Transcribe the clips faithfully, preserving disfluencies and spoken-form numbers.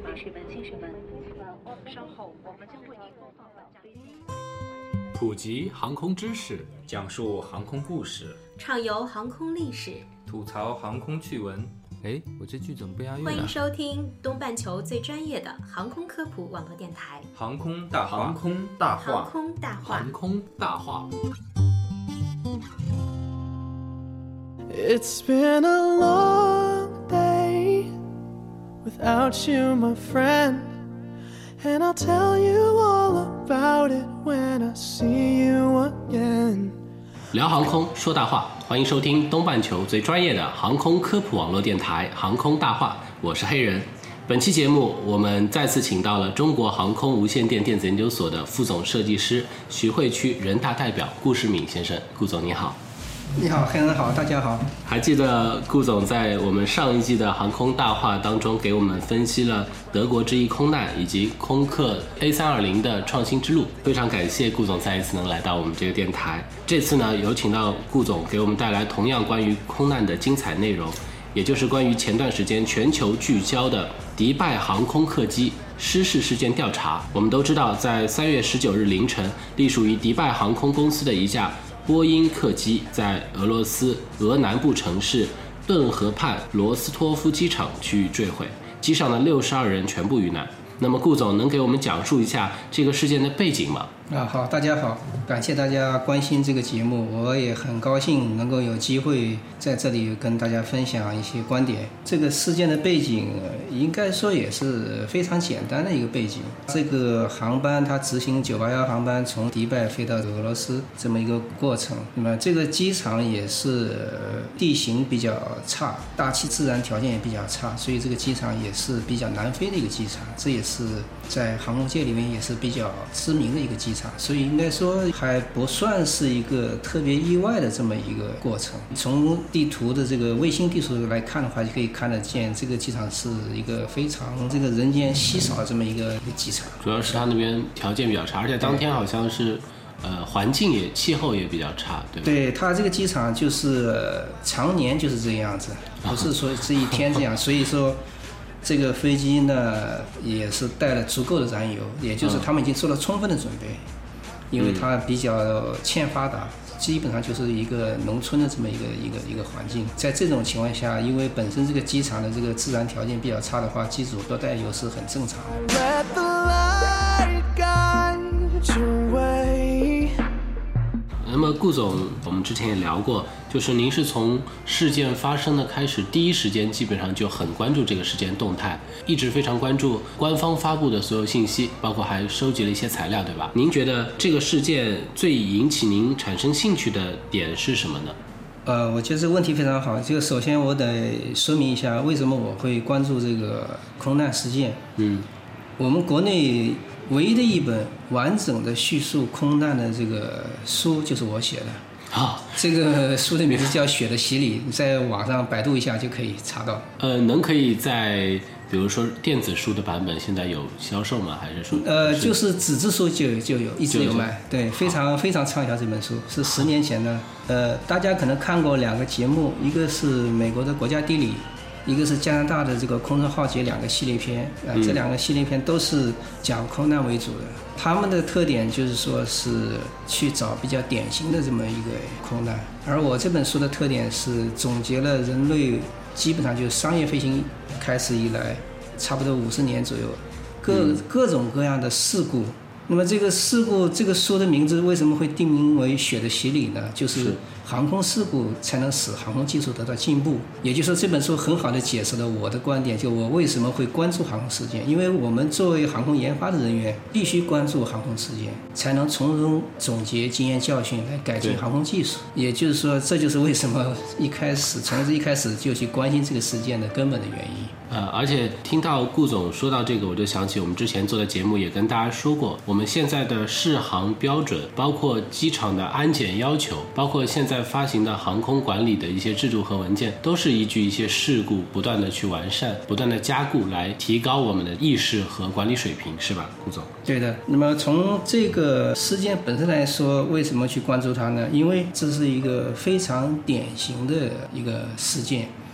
马是本期是本，稍后我们将为您播放本站。 普及航空知识， 讲述航空故事， 畅游航空历史， 吐槽航空趣闻。 哎，我这句怎么不押韵啊？ 欢迎收听东半球最专业的航空科普网络电台 ——航空大话。 航空大话。 航空大话。 航空大话。 It's been a long day without you, my friend, and I'll tell you all about it when I see you again. 聊航空说大话，欢迎收听东半球最专业的航空科普网络电台航空大话，我是黑人。本期节目我们再次请到了中国航空无线电电子研究所的副总设计师、徐汇区人大代表顾世敏先生。顾总你好。 你好，黑人好，大家好。 还记得顾总在我们上一季的航空大话当中给我们分析了德国之翼空难以及空客 A 三二零 的创新之路，非常感谢顾总再一次能来到我们这个电台。这次呢，有请到顾总给我们带来同样关于空难的精彩内容，也就是关于前段时间全球聚焦的迪拜航空客机失事事件调查。我们都知道，在三月十九日凌晨，隶属于迪拜航空公司的一架波音客机在俄罗斯俄南部城市顿河畔罗斯托夫机场区域坠毁，机上的六十二人全部遇难。那么顾总能给我们讲述一下这个事件的背景吗？ 啊，好，大家好，感谢大家关心这个节目，我也很高兴能够有机会在这里跟大家分享一些观点。这个事件的背景应该说也是非常简单的一个背景。这个航班它执行九八一航班从迪拜飞到俄罗斯这么一个过程，那么这个机场也是地形比较差，大气自然条件也比较差，所以这个机场也是比较难飞的一个机场，这也是在航空界里面也是比较知名的一个机场。所以应该说还不算是一个特别意外的这么一个过程。从地图的这个卫星地图来看的话，就可以看得见这个机场是一个非常这个人烟稀少的这么一个一个机场。 主要是它那边条件比较差，而且当天好像是呃环境也气候也比较差，对吧？ 对，它这个机场就是常年就是这样子，不是说这一天这样，所以说这个飞机呢也是带了足够的燃油，也就是他们已经做了充分的准备，因为它比较欠发达，基本上就是一个农村的这么一个一个一个环境。在这种情况下，因为本身这个机场的这个自然条件比较差的话，机组多带油是很正常的。 那么顾总，我们之前也聊过，就是您是从事件发生的开始，第一时间基本上就很关注这个事件动态，一直非常关注官方发布的所有信息，包括还收集了一些材料，对吧？您觉得这个事件最引起您产生兴趣的点是什么呢？ 呃，我觉得这个问题非常好。就首先我得说明一下，为什么我会关注这个空难事件。嗯，我们国内唯一的一本完整的叙述空难的这个书就是我写的。 啊， 这个书的名字叫《血的洗礼》，在网上百度一下就可以查到。 呃，能可以在比如说电子书的版本现在有销售吗？还是说？ 呃，就是纸质书就就有，一直有卖。对，非常非常畅销这本书，是十年前的。呃，大家可能看过两个节目，一个是美国的国家地理，一个是加拿大的这个空中浩劫两个系列片，呃，这两个系列片都是讲空难为主的。他们的特点就是说是去找比较典型的这么一个空难，而我这本书的特点是总结了人类基本上就是商业飞行开始以来差不多五十年左右各各种各样的事故。那么这个事故，这个书的名字为什么会定名为《血的洗礼》呢？就是航空事故才能使航空技术得到进步。也就是说，这本书很好的解释了我的观点，就我为什么会关注航空事件。因为我们作为航空研发的人员，必须关注航空事件，才能从中总结经验教训来改进航空技术。也就是说，这就是为什么一开始从这一开始就去关心这个事件的根本的原因。 呃，而且听到顾总说到这个，我就想起我们之前做的节目也跟大家说过，我们现在的适航标准，包括机场的安检要求，包括现在发行的航空管理的一些制度和文件，都是依据一些事故不断的去完善，不断的加固，来提高我们的意识和管理水平，是吧，顾总？ 对的。那么从这个事件本身来说，为什么去关注它呢？因为这是一个非常典型的一个事件。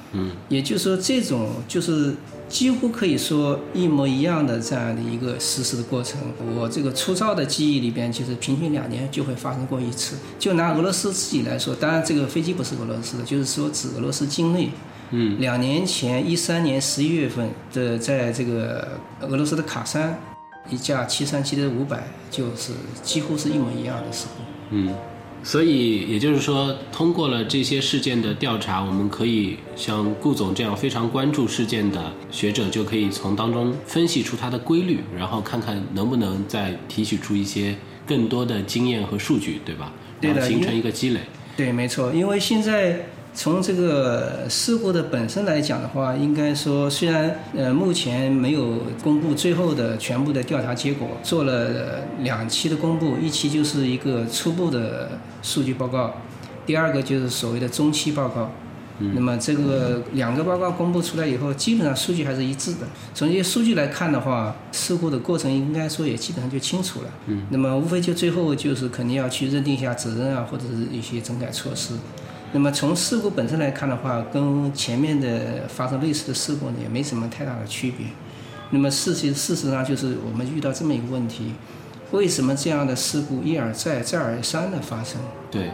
嗯，也就是说这种就是几乎可以说一模一样的这样的一个实施的过程，我这个粗糙的记忆里边，就是平均两年就会发生过一次。就拿俄罗斯自己来说，当然这个飞机不是俄罗斯的，就是说指俄罗斯境内。嗯，两年前一三年十一月份的，在这个俄罗斯的卡山，一架七三七的五百，就是几乎是一模一样的事故。 嗯。所以也就是说，通过了这些事件的调查，我们可以像顾总这样非常关注事件的学者，就可以从当中分析出它的规律，然后看看能不能再提取出一些更多的经验和数据，对吧？ 对的， 然后形成一个积累。 对，没错。因为现在从这个事故的本身来讲的话，应该说虽然呃目前没有公布最后的全部的调查结果，做了两期的公布，一期就是一个初步的数据报告，第二个就是所谓的中期报告。嗯、那么这个两个报告公布出来以后，基本上数据还是一致的。从这些数据来看的话，事故的过程应该说也基本上就清楚了。嗯，那么无非就最后就是肯定要去认定一下责任啊，或者是一些整改措施。那么从事故本身来看的话，跟前面的发生类似的事故呢也没什么太大的区别。那么事实事实上就是我们遇到这么一个问题，为什么这样的事故一而再再而三的发生？ 对。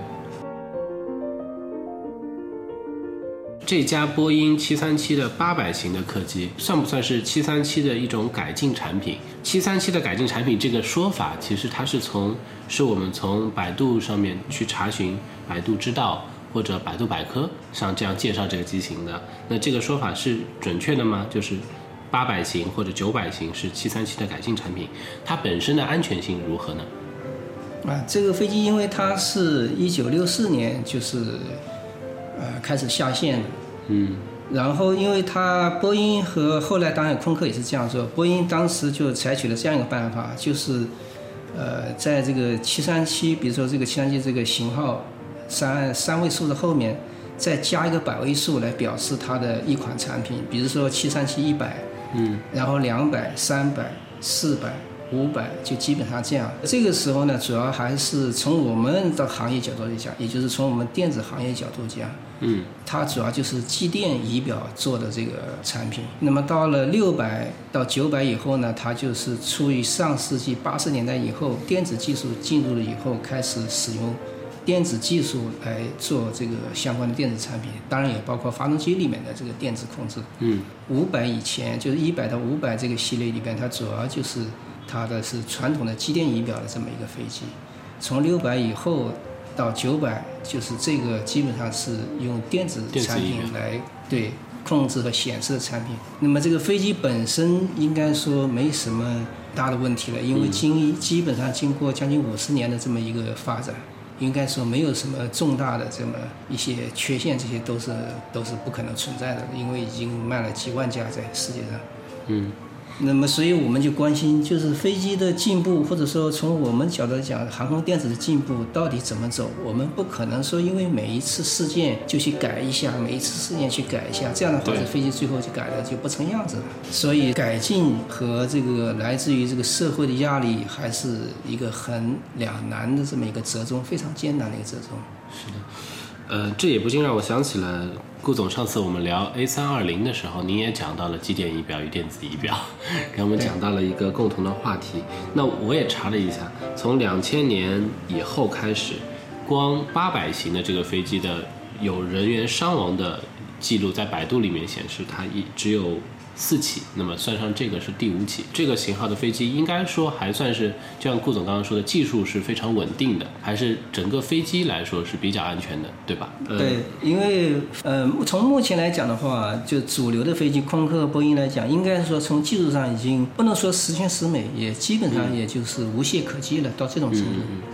这架波音七三七的八百型的客机，算不算是七三七的一种改进产品？七三七的改进产品这个说法，其实它是从是我们从百度上面去查询，百度知道或者百度百科上这样介绍这个机型的。那这个说法是准确的吗？就是八百型或者九百型是七三七的改进产品，它本身的安全性如何呢？ 啊，这个飞机因为它是一九六四年就是呃开始下线的，嗯，然后因为它波音和后来当然空客也是这样做，波音当时就采取了这样一个办法，就是呃在这个七三七，比如说这个七三七这个型号三三位数的后面再加一个百位数来表示它的一款产品，比如说七三七一百，嗯，然后两百、三百、四百、五百，就基本上这样。这个时候呢，主要还是从我们的行业角度来讲，也就是从我们电子行业角度讲，嗯，它主要就是机电仪表做的这个产品。那么到了六百到九百以后呢，它就是出于上世纪八十年代以后，电子技术进入了以后，开始使用电子技术来做这个相关的电子产品，当然也包括发动机里面的这个电子控制。嗯，五百以前就是一百到五百这个系列里边，它主要就是它的是传统的机电仪表的这么一个飞机。从六百以后到九百，就是这个基本上是用电子产品来对控制和显示的产品。那么这个飞机本身应该说没什么大的问题了，因为经基本上经过将近五十年的这么一个发展。应该说没有什么重大的这么一些缺陷，这些都是都是不可能存在的，因为已经卖了几万架在世界上。嗯，那么所以我们就关心，就是飞机的进步，或者说从我们角度来讲，航空电子的进步到底怎么走？我们不可能说因为每一次事件就去改一下，每一次事件去改一下，这样的话，这飞机最后就改了就不成样子了。所以改进和这个来自于这个社会的压力，还是一个很两难的这么一个折中，非常艰难的一个折中。 是的。呃，这也不禁让我想起了顾总上次我们聊 A 三二零 的时候，您也讲到了机电仪表与电子仪表，给我们讲到了一个共同的话题。那我也查了一下，从两千年以后开始，光八百型的这个飞机的有人员伤亡的记录，在百度里面显示它一只有四起，那么算上这个是第五起。这个型号的飞机应该说还算是，就像顾总刚刚说的，技术是非常稳定的，还是整个飞机来说是比较安全的，对吧？ 呃、对，因为呃，从目前来讲的话，就主流的飞机，空客、波音来讲，应该说从技术上已经不能说十全十美，也基本上也就是无懈可击了，到这种程度。嗯嗯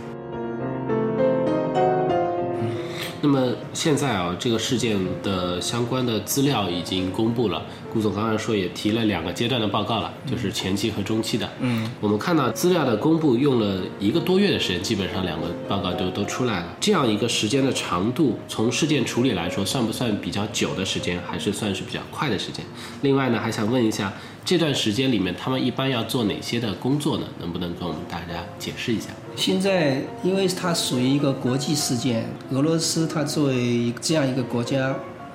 那么现在啊，这个事件的相关的资料已经公布了。顾总刚才说也提了两个阶段的报告了，就是前期和中期的。嗯，我们看到资料的公布用了一个多月的时间，基本上两个报告都都出来了。这样一个时间的长度，从事件处理来说，算不算比较久的时间，还是算是比较快的时间？另外呢，还想问一下，这段时间里面他们一般要做哪些的工作呢？能不能跟我们大家解释一下？ 现在因为它属于一个国际事件，俄罗斯它作为这样一个国家，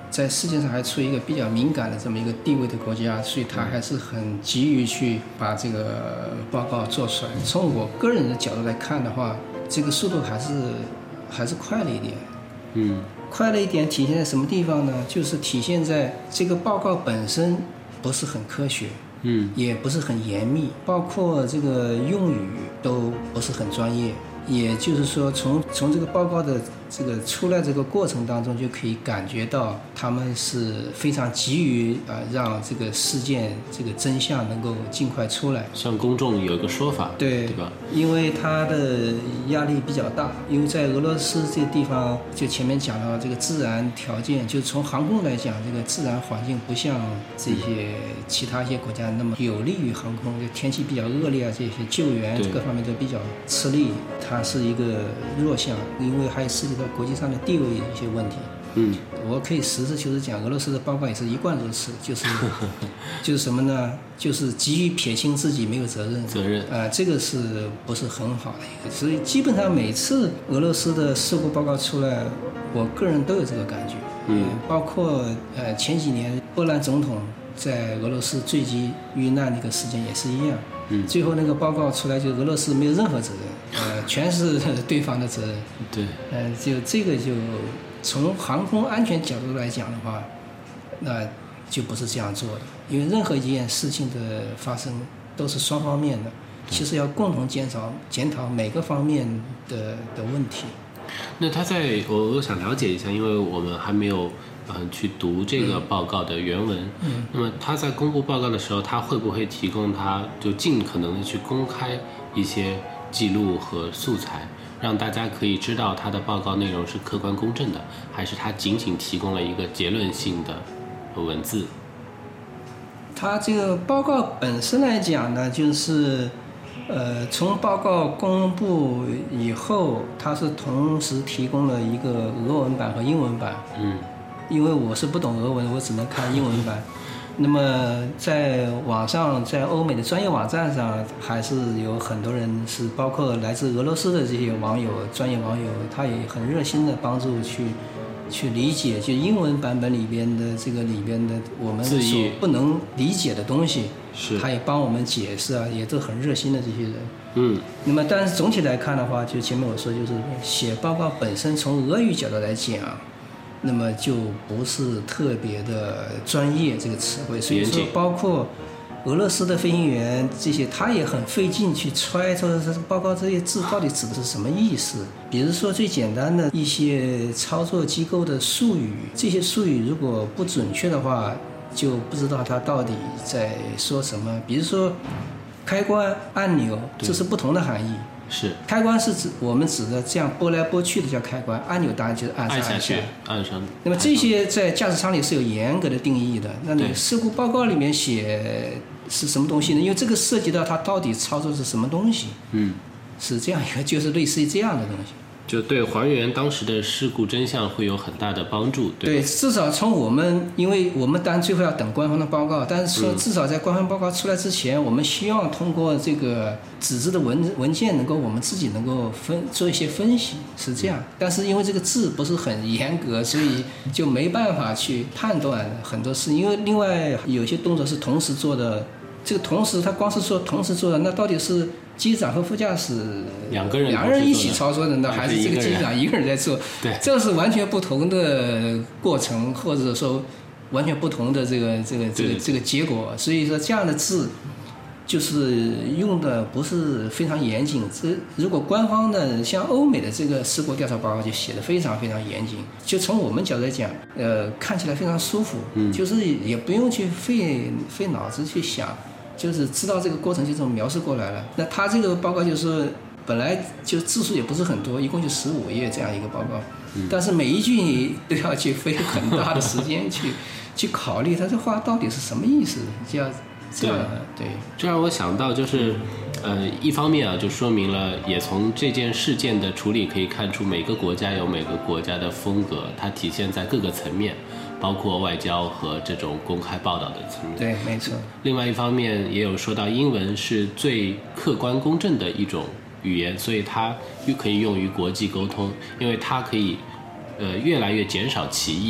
在世界上还处于一个比较敏感的这么一个地位的国家，所以他还是很急于去把这个报告做出来。从我个人的角度来看的话，这个速度还是还是快了一点。 嗯， 快了一点体现在什么地方呢？就是体现在这个报告本身不是很科学， 嗯， 也不是很严密，包括这个用语都不是很专业。也就是说从从这个报告的这个出来这个过程当中，就可以感觉到他们是非常急于啊、呃、让这个事件这个真相能够尽快出来， 向公众有一个说法， 对对吧？ 因为它的压力比较大，因为在俄罗斯这个地方，就前面讲到这个自然条件，就从航空来讲，这个自然环境不像这些其他一些国家那么有利于航空，就天气比较恶劣啊，这些救援各方面都比较吃力，它是一个弱项，因为还涉及到国际上的地位一些问题。 嗯， 我可以实事求是讲，俄罗斯的报告也是一贯如此，就是就是什么呢？就是急于撇清自己没有责任， 责任啊、呃，这个是不是很好的一个？所以基本上每次俄罗斯的事故报告出来，我个人都有这个感觉。 嗯， 包括呃前几年波兰总统在俄罗斯坠机遇难那个事件也是一样。 嗯， 最后那个报告出来，就俄罗斯没有任何责任，呃，全是对方的责任。 对， 呃，就这个就从航空安全角度来讲的话，那就不是这样做的，因为任何一件事情的发生都是双方面的，其实要共同检讨检讨每个方面的的问题。 那他在我我想了解一下，因为我们还没有嗯、呃、去读这个报告的原文。 嗯。 那么他在公布报告的时候，他会不会提供他就尽可能的去公开一些记录和素材，让大家可以知道他的报告内容是客观公正的，还是他仅仅提供了一个结论性的文字？ 他这个报告本身来讲呢，就是呃，从报告公布以后，它是同时提供了一个俄文版和英文版。 嗯， 因为我是不懂俄文，我只能看英文版。那么在网上，在欧美的专业网站上，还是有很多人是包括来自俄罗斯的这些网友、专业网友，他也很热心的帮助去去理解，就英文版本里边的这个里边的我们所不能理解的东西。 是， 他也帮我们解释啊，也都很热心的这些人。 嗯， 那么但是总体来看的话，就前面我说，就是写报告本身从俄语角度来讲，那么就不是特别的专业这个词汇，所以说包括俄罗斯的飞行员这些，他也很费劲去揣测这个报告这些字到底指的是什么意思。比如说最简单的一些操作机构的术语，这些术语如果不准确的话，就不知道他到底在说什么。比如说开关、按钮，这是不同的含义。 是， 开关是指我们指的这样拨来拨去的叫开关，按钮当然就是按上按下去，按上。 那么这些在驾驶舱里是有严格的定义的。那你事故报告里面写是什么东西呢？因为这个涉及到它到底操作是什么东西。 嗯， 是这样一个，就是类似于这样的东西。 就对还原当时的事故真相会有很大的帮助。 对, 对，至少从我们，因为我们当然最后要等官方的报告，但是说至少在官方报告出来之前，嗯、我们希望通过这个纸质的文文件，能够我们自己能够分做一些分析，是这样。但是因为这个字不是很严格，所以就没办法去判断很多事。因为另外有些动作是同时做的，这个同时他光是说同时做的，那到底是机长和副驾驶两个人两个人一起操作的呢，还是这个机长一个人在做？ 对， 这是完全不同的过程，或者说完全不同的这个这个这个这个结果。所以说这样的字就是用的不是非常严谨。这如果官方的像欧美的这个事故调查报告就写的非常非常严谨，就从我们角度来讲，呃，看起来非常舒服， 嗯， 就是也不用去费费脑子去想。就是知道这个过程就这么描述过来了。那他这个报告就是本来就字数也不是很多，一共就十五页这样一个报告，嗯、但是每一句你都要去费很大的时间去去考虑他这话到底是什么意思，就要这样对。 这让我想到就是，呃，一方面啊，就说明了，也从这件事件的处理可以看出，每个国家有每个国家的风格，它体现在各个层面。包括外交和这种公开报道的层面。 对，没错。 另外一方面也有说到，英文是最客观公正的一种语言，所以它可以用于国际沟通，因为它可以，呃，越来越减少歧义。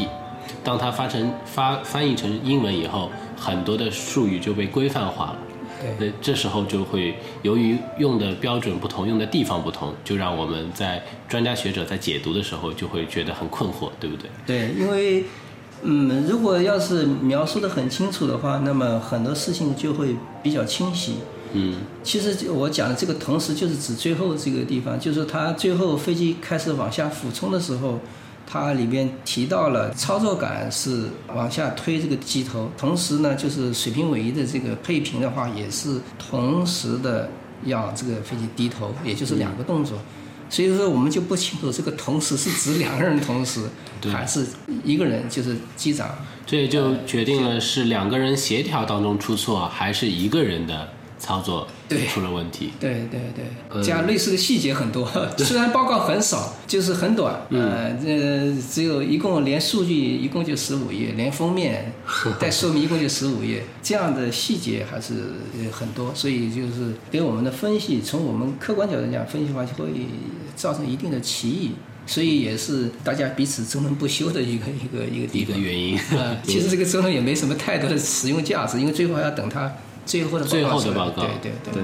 当它发成发翻译成英文以后，很多的术语就被规范化了。 对， 这时候就会由于用的标准不同，用的地方不同，就让我们在专家学者在解读的时候就会觉得很困惑，对不对？ 对，因为嗯，如果要是描述的很清楚的话，那么很多事情就会比较清晰。 嗯， 其实我讲的这个同时就是指最后这个地方，就是它最后飞机开始往下俯冲的时候，它里边提到了操作杆是往下推这个机头，同时呢就是水平尾翼的这个配平的话也是同时的让这个飞机低头，也就是两个动作。所以说我们就不清楚这个同时是指两个人同时还是一个人，就是机长。 这也就决定了是两个人协调当中出错，还是一个人的操作出了问题。 对对对，这样类似的细节很多，虽然报告很少，就是很短，呃，这只有一共连数据一共就十五页，连封面带说明一共就十五页，这样的细节还是很多，所以就是给我们的分析，从我们客观角度讲分析的话，就会造成一定的歧义。所以也是大家彼此争论不休的一个一个一个地方一个原因。 呃，其实这个争论也没什么太多的实用价值，因为最后还要等它最后的报告最后的报告。 对对 对, 对。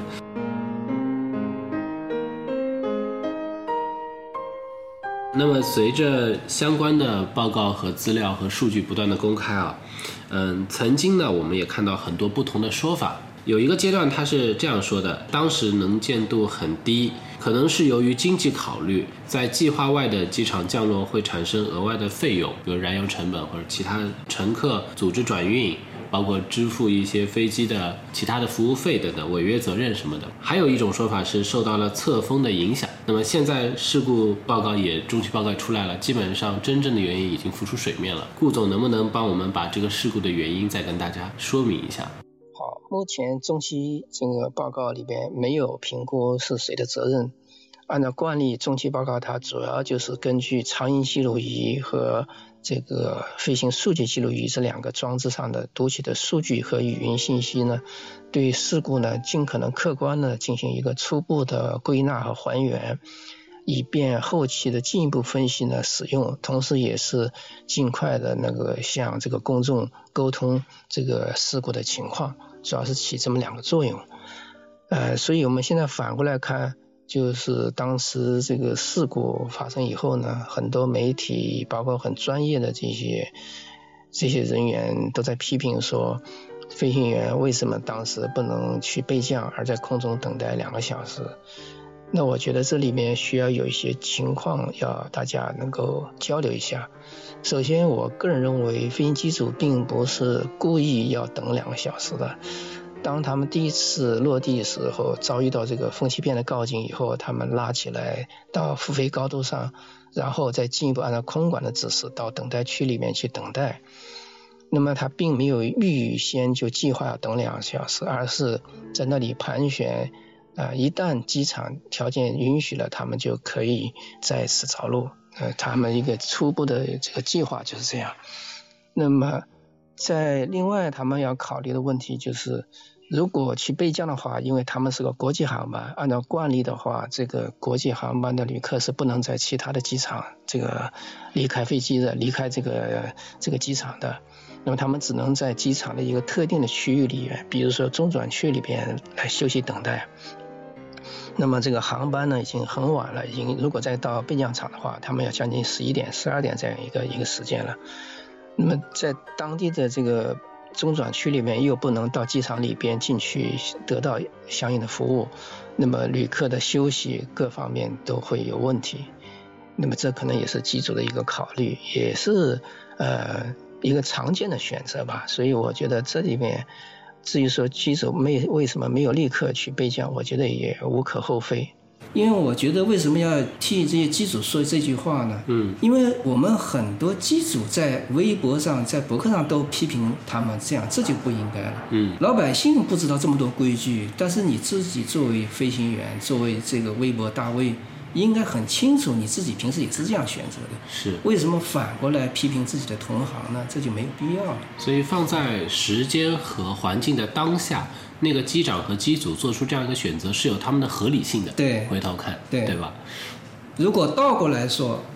那么随着相关的报告和资料和数据不断的公开啊，嗯，曾经呢我们也看到很多不同的说法。有一个阶段他是这样说的，当时能见度很低，可能是由于经济考虑，在计划外的机场降落会产生额外的费用，比如燃油成本或者其他乘客组织转运，包括支付一些飞机的其他的服务费等等，违约责任什么的。还有一种说法是受到了侧风的影响。那么现在事故报告也中期报告出来了，基本上真正的原因已经浮出水面了。顾总能不能帮我们把这个事故的原因再跟大家说明一下？ 好，目前中期这个报告里边没有评估是谁的责任。按照惯例，中期报告它主要就是根据长音记录仪和这个飞行数据记录仪这两个装置上的读取的数据和语音信息呢，对事故呢尽可能客观的进行一个初步的归纳和还原，以便后期的进一步分析呢使用，同时也是尽快的那个向这个公众沟通这个事故的情况，主要是起这么两个作用。呃，所以我们现在反过来看，就是当时这个事故发生以后呢，很多媒体包括很专业的这些这些人员都在批评说，飞行员为什么当时不能去备降，而在空中等待两个小时。那我觉得这里面需要有一些情况要大家能够交流一下。首先我个人认为飞行机组并不是故意要等两个小时的，当他们第一次落地的时候遭遇到这个风气片的告警以后，他们拉起来到复飞高度上，然后再进一步按照空管的指示到等待区里面去等待。那么他并没有预先就计划要等两个小时，而是在那里盘旋，呃，一旦机场条件允许了，他们就可以再次着陆。呃，他们一个初步的这个计划就是这样。那么在另外他们要考虑的问题就是，如果去备降的话，因为他们是个国际航班，按照惯例的话，这个国际航班的旅客是不能在其他的机场这个离开飞机的，离开这个这个机场的。那么他们只能在机场的一个特定的区域里面，比如说中转区里边来休息等待。那么这个航班呢已经很晚了，已经如果再到备降场的话，他们要将近十一点、十二点这样一个一个时间了。那么在当地的这个中转区里面又不能到机场里边进去得到相应的服务，那么旅客的休息各方面都会有问题。那么这可能也是机组的一个考虑，也是呃一个常见的选择吧。所以我觉得这里面至于说机组没为什么没有立刻去备降，我觉得也无可厚非。因为我觉得为什么要替这些机组说这句话呢？嗯，因为我们很多机组在微博上、在博客上都批评他们这样，这就不应该了。嗯，老百姓不知道这么多规矩，但是你自己作为飞行员，作为这个微博大 V， 应该很清楚你自己平时也是这样选择的。是，为什么反过来批评自己的同行呢？这就没有必要了。 所以放在时间和环境的当下，那个机长和机组做出这样一个选择是有他们的合理性的。 对， 回头看， 对对吧？ 如果倒过来说，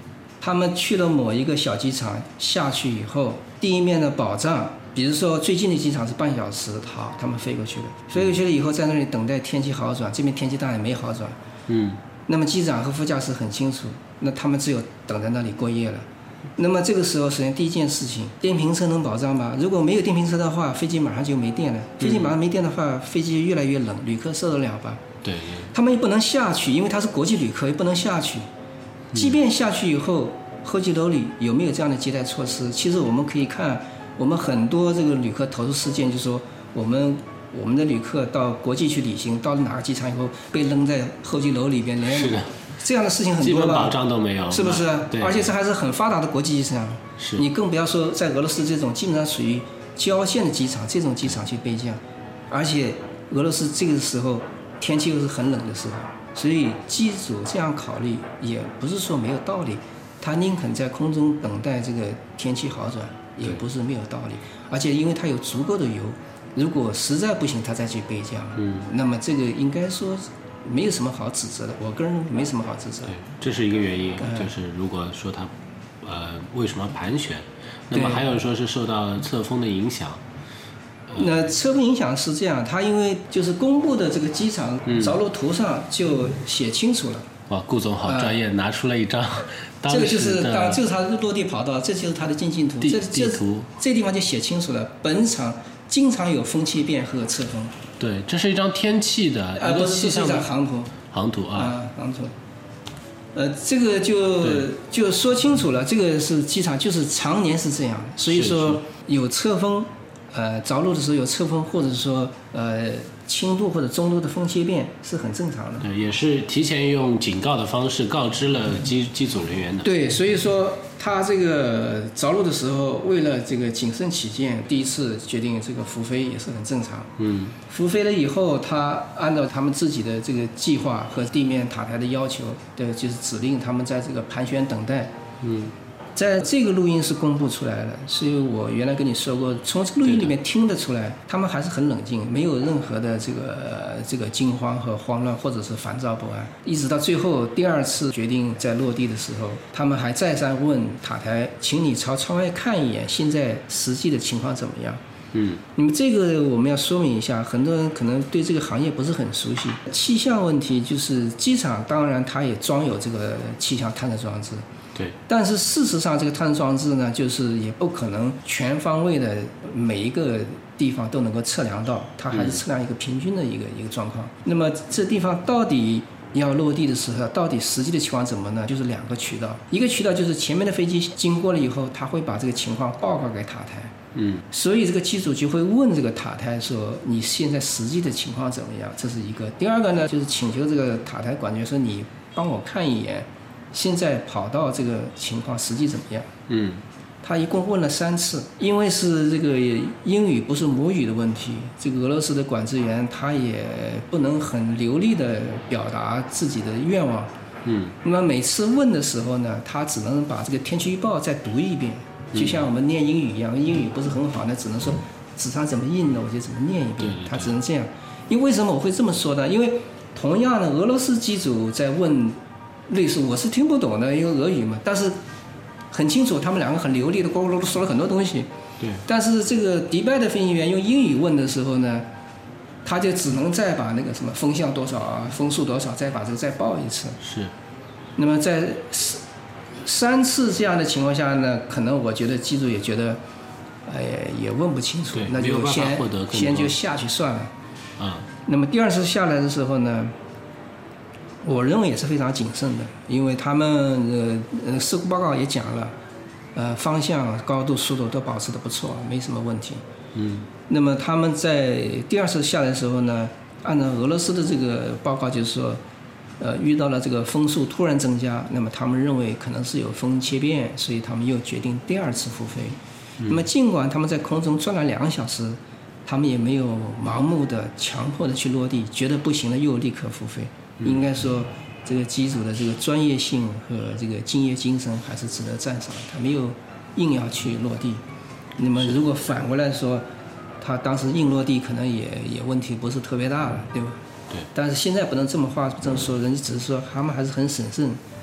他们去了某一个小机场下去以后，地面的保障，比如说最近的机场是半小时，好，他们飞过去了，飞过去了以后在那里等待天气好转，这边天气当然没好转， 嗯， 那么机长和副驾驶很清楚，那他们只有等在那里过夜了。那么这个时候，首先第一件事情，电瓶车能保障吗？如果没有电瓶车的话，飞机马上就没电了。飞机马上没电的话，飞机越来越冷，旅客受得了吧？ 对， 他们也不能下去，因为他是国际旅客，也不能下去。即便下去以后，候机楼里有没有这样的接待措施？其实我们可以看，我们很多这个旅客投诉事件，就是说我们我们的旅客到国际去旅行，到了哪个机场以后被扔在候机楼里边，连是的。 这样的事情很基多吧， 本保障都没有， 是不是？ 对， 而且这还是很发达的国际机场， 是你更不要说在俄罗斯这种基本上属于郊县的机场，这种机场去备降，而且俄罗斯这个时候天气又是很冷的时候，所以机组这样考虑也不是说没有道理，他宁肯在空中等待这个天气好转，也不是没有道理，而且因为他有足够的油，如果实在不行他再去备降， 嗯， 那么这个应该说没有什么好指责的，我个人没什么好指责。 对，这是一个原因， 嗯、 就是如果说它，呃，为什么盘旋？那么还有说是受到侧风的影响。 呃、那侧风影响是这样，它因为就是公布的这个机场着陆图上就写清楚了。 哇，顾总好专业，呃、拿出了一张当时的。 这个就是当这是它的落地跑道，这就是它的进近图。 地这地图这地方就写清楚了，本场经常有风切变和侧风。 对，这是一张天气的， 呃，不是，这是一张航图。 航图啊， 啊，航图。呃，这个就就说清楚了，这个是机场就是常年是这样，所以说有侧风，呃，着陆的时候有侧风，或者说呃轻度或者中度的风切变是很正常的。 对，也是提前用警告的方式告知了机机组人员的。 对，所以说他这个着陆的时候，为了这个谨慎起见，第一次决定这个伏飞也是很正常。 嗯， 伏飞了以后，他按照他们自己的这个计划和地面塔台的要求，对，就是指令他们在这个盘旋等待。 嗯。 在这个录音是公布出来的，所以我原来跟你说过，从这个录音里面听得出来，他们还是很冷静，没有任何的这个、呃、这个惊慌和慌乱，或者是烦躁不安。一直到最后第二次决定在落地的时候，他们还再三问塔台，请你朝窗外看一眼，现在实际的情况怎么样？ 嗯， 那么这个我们要说明一下，很多人可能对这个行业不是很熟悉。气象问题就是机场当然它也装有这个气象探测装置。 对， 但是事实上，这个探测装置呢，就是也不可能全方位的每一个地方都能够测量到，它还是测量一个平均的一个、嗯、一个状况。那么这地方到底要落地的时候，到底实际的情况怎么呢？就是两个渠道，一个渠道就是前面的飞机经过了以后，他会把这个情况报告给塔台。 嗯， 所以这个机组就会问这个塔台说你现在实际的情况怎么样？这是一个。第二个呢，就是请求这个塔台管员说你帮我看一眼。现在跑道这个情况实际怎么样？ 嗯， 他一共问了三次，因为是这个英语不是母语的问题，这个俄罗斯的管制员他也不能很流利的表达自己的愿望。 嗯， 那么每次问的时候呢，他只能把这个天气预报再读一遍，就像我们念英语一样，英语不是很好，那只能说纸上怎么印的我就怎么念一遍，他只能这样。因为为什么我会这么说呢？因为同样的俄罗斯机组在问。类似我是听不懂的，因为俄语嘛，但是很清楚他们两个很流利的咕噜噜说了很多东西。 对。 但是这个迪拜的飞行员用英语问的时候呢，他就只能再把那个什么风向多少啊，风速多少，再把这个再报一次。 是。 那么在三次这样的情况下呢，可能我觉得机组也觉得，呃，也问不清楚，那就先先就下去算了。 啊。 那么第二次下来的时候呢？我认为也是非常谨慎的，因为他们呃呃事故报告也讲了，呃方向、高度、速度都保持得不错，没什么问题。 嗯。 那么他们在第二次下来的时候呢，按照俄罗斯的这个报告，就是说，呃遇到了这个风速突然增加，那么他们认为可能是有风切变，所以他们又决定第二次复飞。嗯、那么尽管他们在空中转了两个小时，他们也没有盲目的、强迫的去落地，觉得不行了又立刻复飞。应该说，这个机组的这个专业性和这个敬业精神还是值得赞赏。他没有硬要去落地。那么如果反过来说，他当时硬落地可能也也问题不是特别大了，对吧？ 对。 但是现在不能这么话这么说，人家只是说他们还是很审慎，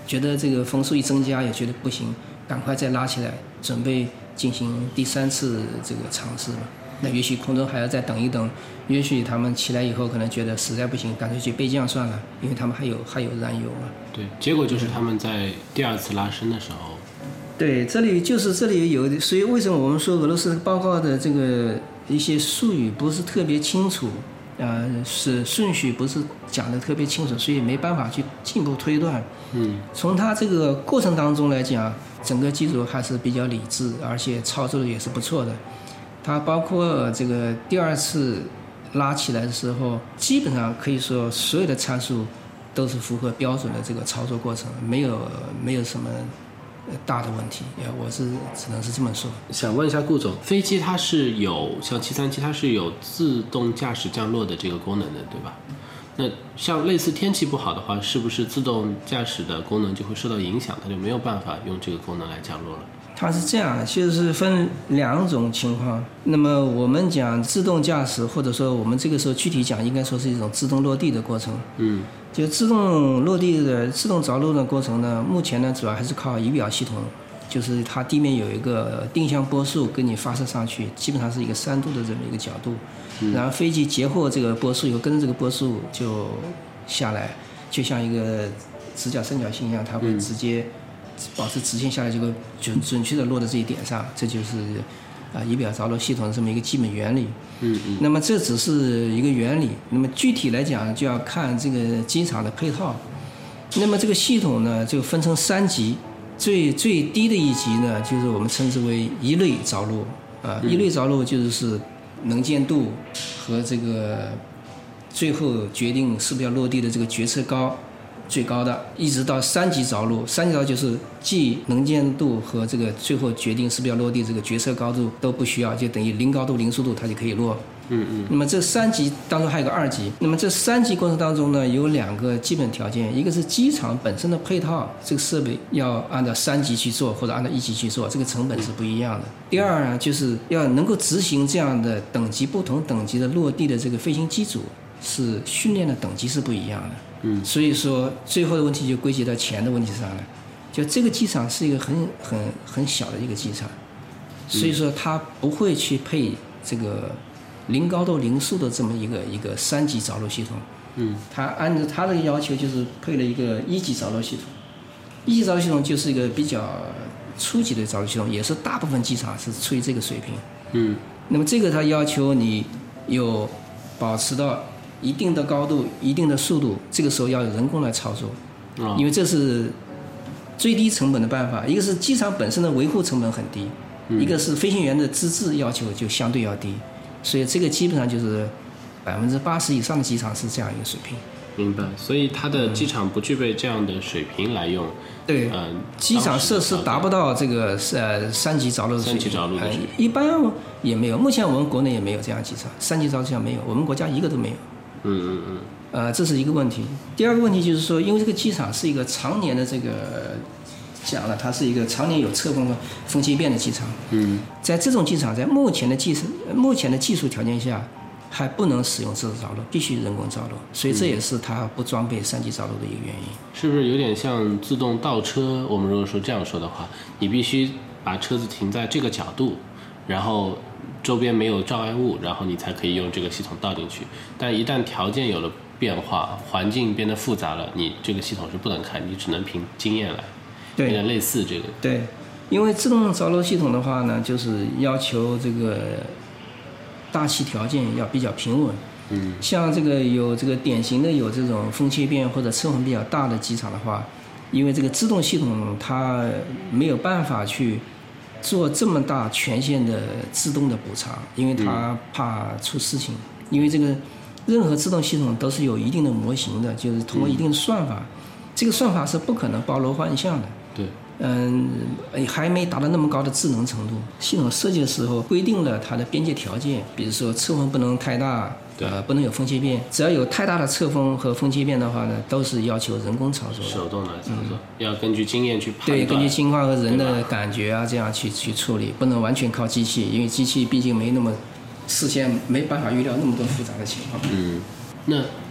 觉得这个风速一增加也觉得不行，赶快再拉起来，准备进行第三次这个尝试吧。那也许空中还要再等一等，也许他们起来以后可能觉得实在不行，干脆去备降算了，因为他们还有还有燃油嘛。 对，结果就是他们在第二次拉升的时候。 对，这里就是这里有，所以为什么我们说俄罗斯报告的这个一些术语不是特别清楚，呃，是顺序不是讲的特别清楚，所以没办法去进一步推断。 嗯， 从它这个过程当中来讲，整个机组还是比较理智，而且操作的也是不错的。它包括这个第二次拉起来的时候，基本上可以说所有的参数都是符合标准的这个操作过程，没有没有什么大的问题，我是只能是这么说。 想问一下顾总，飞机它是有像七三七，它是有自动驾驶降落的这个功能的，对吧？那像类似天气不好的话，是不是自动驾驶的功能就会受到影响，它就没有办法用这个功能来降落了？ 它是这样的，就是分两种情况。那么我们讲自动驾驶，或者说我们这个时候具体讲，应该说是一种自动落地的过程。 嗯， 就自动落地的自动着陆的过程呢，目前呢主要还是靠仪表系统，就是它地面有一个定向波束给你发射上去，基本上是一个三度的这么一个角度， 嗯、 然后飞机截获这个波束以后，跟着这个波束就下来，就像一个直角三角形一样，它会直接保持直线下来，就会准准确的落在这一点上，这就是啊仪表着陆系统的这么一个基本原理。 嗯嗯。 那么这只是一个原理，那么具体来讲就要看这个机场的配套。那么这个系统呢，就分成三级，最最低的一级呢，就是我们称之为一类着陆啊，一类着陆就是能见度和这个最后决定是不是要落地的这个决策高。最高的，一直到三级着陆，三级着陆就是既能见度和这个最后决定是不是要落地这个决策高度都不需要，就等于零高度零速度它就可以落。 嗯嗯。 那么这三级当中还有个二级，那么这三级过程当中呢，有两个基本条件，一个是机场本身的配套，这个设备要按照三级去做或者按照一级去做，这个成本是不一样的。第二呢，就是要能够执行这样的等级不同等级的落地的这个飞行机组，是训练的等级是不一样的。 嗯， 所以说最后的问题就归结到钱的问题上了。就这个机场是一个很很很小的一个机场，所以说它不会去配这个零高度零速的这么一个一个三级着陆系统。 嗯， 它按照它的要求就是配了一个一级着陆系统。一级着陆系统就是一个比较初级的着陆系统，也是大部分机场是处于这个水平。 嗯， 那么这个它要求你有保持到一定的高度、一定的速度，这个时候要有人工来操作， 哦、 因为这是最低成本的办法。一个是机场本身的维护成本很低， 嗯、 一个是飞行员的资质要求就相对要低，所以这个基本上就是百分之八十以上的机场是这样一个水平。 明白，所以它的机场不具备这样的水平来用。 对， 呃， 机场设施达不到这个呃三级着陆的水平， 三级着陆的水平、 呃、一般也没有。目前我们国内也没有这样机场，三级着陆机场没有，我们国家一个都没有。 嗯嗯嗯。 呃，这是一个问题。第二个问题就是说，因为这个机场是一个常年的这个讲了，它是一个常年有侧风风切变的机场。 嗯， 在这种机场，在目前的技术目前的技术条件下，还不能使用自动着陆，必须人工着陆，所以这也是它不装备三级着陆的一个原因。 是不是有点像自动倒车？我们如果说这样说的话，你必须把车子停在这个角度，然后周边没有障碍物，然后你才可以用这个系统倒进去。但一旦条件有了变化，环境变得复杂了，你这个系统是不能开，你只能凭经验来。 对， 有点类似这个。 对，因为自动着陆系统的话呢，就是要求这个大气条件要比较平稳。 嗯， 像这个有这个典型的有这种风切变或者侧风比较大的机场的话，因为这个自动系统它没有办法去做这么大权限的自动的补偿，因为它怕出事情。因为这个任何自动系统都是有一定的模型的，就是通过一定的算法，嗯、这个算法是不可能包罗万象的。 对。 嗯，还没达到那么高的智能程度。系统设计的时候规定了它的边界条件，比如说侧风不能太大，呃，不能有风切变。只要有太大的侧风和风切变的话呢，都是要求人工操作的， 手动来操作，嗯、要根据经验去判断。 对，根据情况和人的感觉啊，这样去去处理，不能完全靠机器，因为机器毕竟没那么事先没办法预料那么多复杂的情况。 嗯，那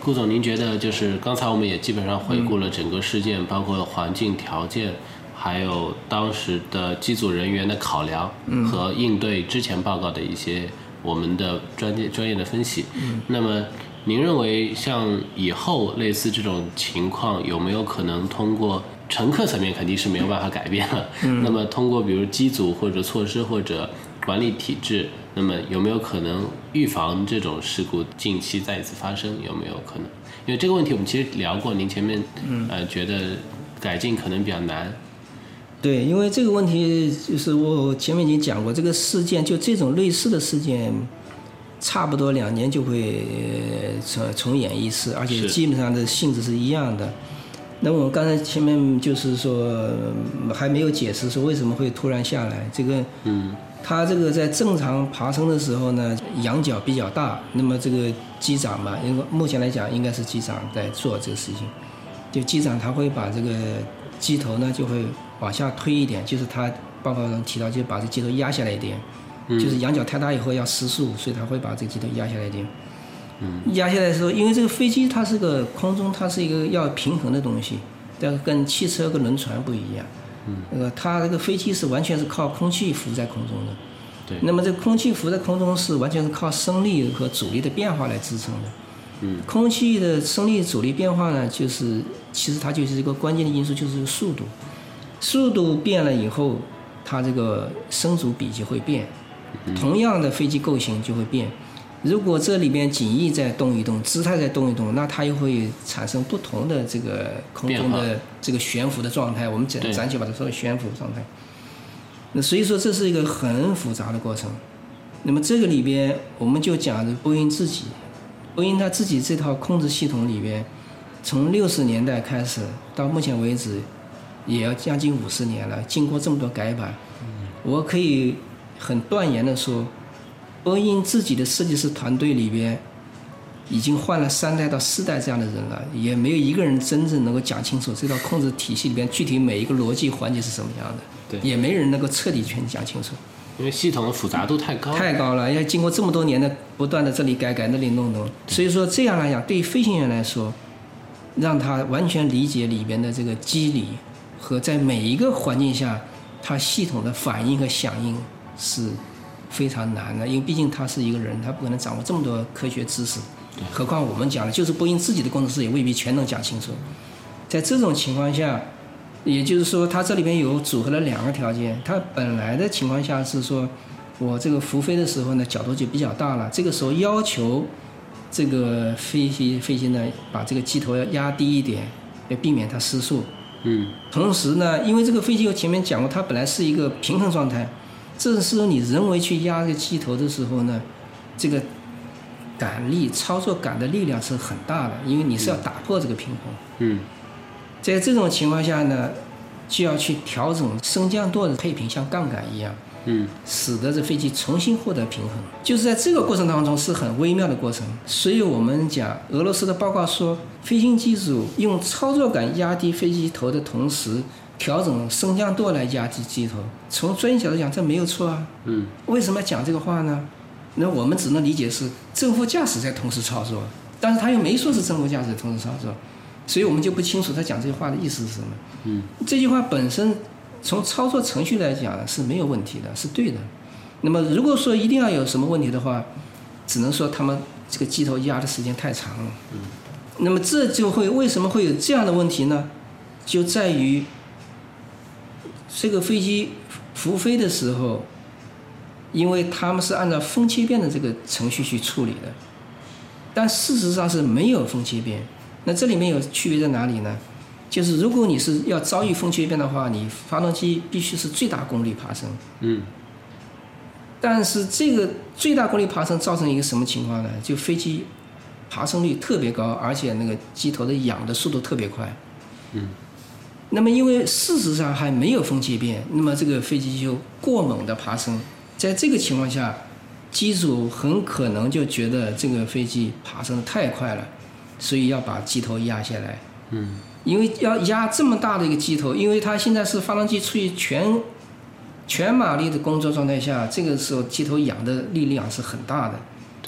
顾总，您觉得就是刚才我们也基本上回顾了整个事件，嗯、包括环境条件，还有当时的机组人员的考量和应对之前报告的一些我们的专业专业的分析。嗯、那么您认为像以后类似这种情况有没有可能通过乘客层面肯定是没有办法改变了，嗯、那么通过比如机组或者措施或者管理体制，那么有没有可能预防这种事故近期再一次发生？有没有可能？因为这个问题我们其实聊过，您前面、嗯、呃觉得改进可能比较难。 对，因为这个问题就是我前面已经讲过，这个事件就这种类似的事件，差不多两年就会重重演一次，而且基本上的性质是一样的。那我刚才前面就是说还没有解释说为什么会突然下来，这个嗯。它这个在正常爬升的时候呢，仰角比较大，那么这个机长嘛，因为目前来讲应该是机长在做这个事情，就机长他会把这个机头呢就会往下推一点，就是他报告中提到，就把这机头压下来一点，嗯、就是仰角太大以后要失速，所以他会把这个机头压下来一点。嗯、压下来的时候，因为这个飞机它是个空中，它是一个要平衡的东西，但跟汽车跟轮船不一样。嗯，那个它这个飞机是完全是靠空气浮在空中的，对。那么这空气浮在空中是完全是靠升力和阻力的变化来支撑的。嗯，空气的升力阻力变化呢，就是其实它就是一个关键的因素，就是速度。速度变了以后，它这个升阻比就会变，同样的飞机构型就会变。如果这里边襟翼在动一动，姿态在动一动，那它又会产生不同的这个空中的这个悬浮的状态，我们暂暂且把它说为悬浮状态。那所以说这是一个很复杂的过程。那么这个里边我们就讲的波音自己，波音它自己这套控制系统里边，从六十年代开始到目前为止，也要将近五十年了，经过这么多改版，我可以很断言的说，波音自己的设计师团队里边已经换了三代到四代这样的人了，也没有一个人真正能够讲清楚这套控制体系里边具体每一个逻辑环节是什么样的，对，也没人能够彻底全讲清楚， 因为系统的复杂度太高太高了，要经过这么多年的不断的这里改改那里弄弄，所以说这样来讲，对于飞行员来说，让他完全理解里边的这个机理和在每一个环境下他系统的反应和响应是非常难的，因为毕竟他是一个人，他不可能掌握这么多科学知识，何况我们讲的就是波音自己的工程师也未必全能讲清楚。在这种情况下，也就是说它这里边有组合了两个条件，它本来的情况下是说我这个浮飞的时候呢角度就比较大了，这个时候要求这个飞机飞机呢把这个机头要压低一点，要避免它失速。嗯，同时呢，因为这个飞机我前面讲过，它本来是一个平衡状态，这时候你人为去压这个机头的时候呢，这个感力操作感的力量是很大的，因为你是要打破这个平衡。嗯，在这种情况下呢，就要去调整升降舵的配平，像杠杆一样，嗯，使得这飞机重新获得平衡。就是在这个过程当中是很微妙的过程。所以我们讲俄罗斯的报告说，飞行机组用操作杆压低飞机头的同时，调整升降舵来压低机头。从专业角度讲，这没有错啊。嗯，为什么要讲这个话呢？那我们只能理解是正副驾驶在同时操作，但是他又没说是正副驾驶在同时操作，所以我们就不清楚他讲这句话的意思是什么。嗯，这句话本身从操作程序来讲是没有问题的，是对的。那么如果说一定要有什么问题的话，只能说他们这个机头压的时间太长了。嗯，那么这就会为什么会有这样的问题呢？就在于这个飞机浮飞的时候，因为他们是按照风切变的这个程序去处理的，但事实上是没有风切变。那这里面有区别在哪里呢？就是如果你是要遭遇风切变的话，你发动机必须是最大功率爬升。嗯。但是这个最大功率爬升造成一个什么情况呢？就飞机爬升率特别高，而且那个机头的仰的速度特别快。嗯。那么因为事实上还没有风切变，那么这个飞机就过猛的爬升。在这个情况下，机组很可能就觉得这个飞机爬升的太快了，所以要把机头压下来。嗯，因为要压这么大的一个机头，因为它现在是发动机处于全全马力的工作状态下，这个时候机头仰的力量是很大的。对。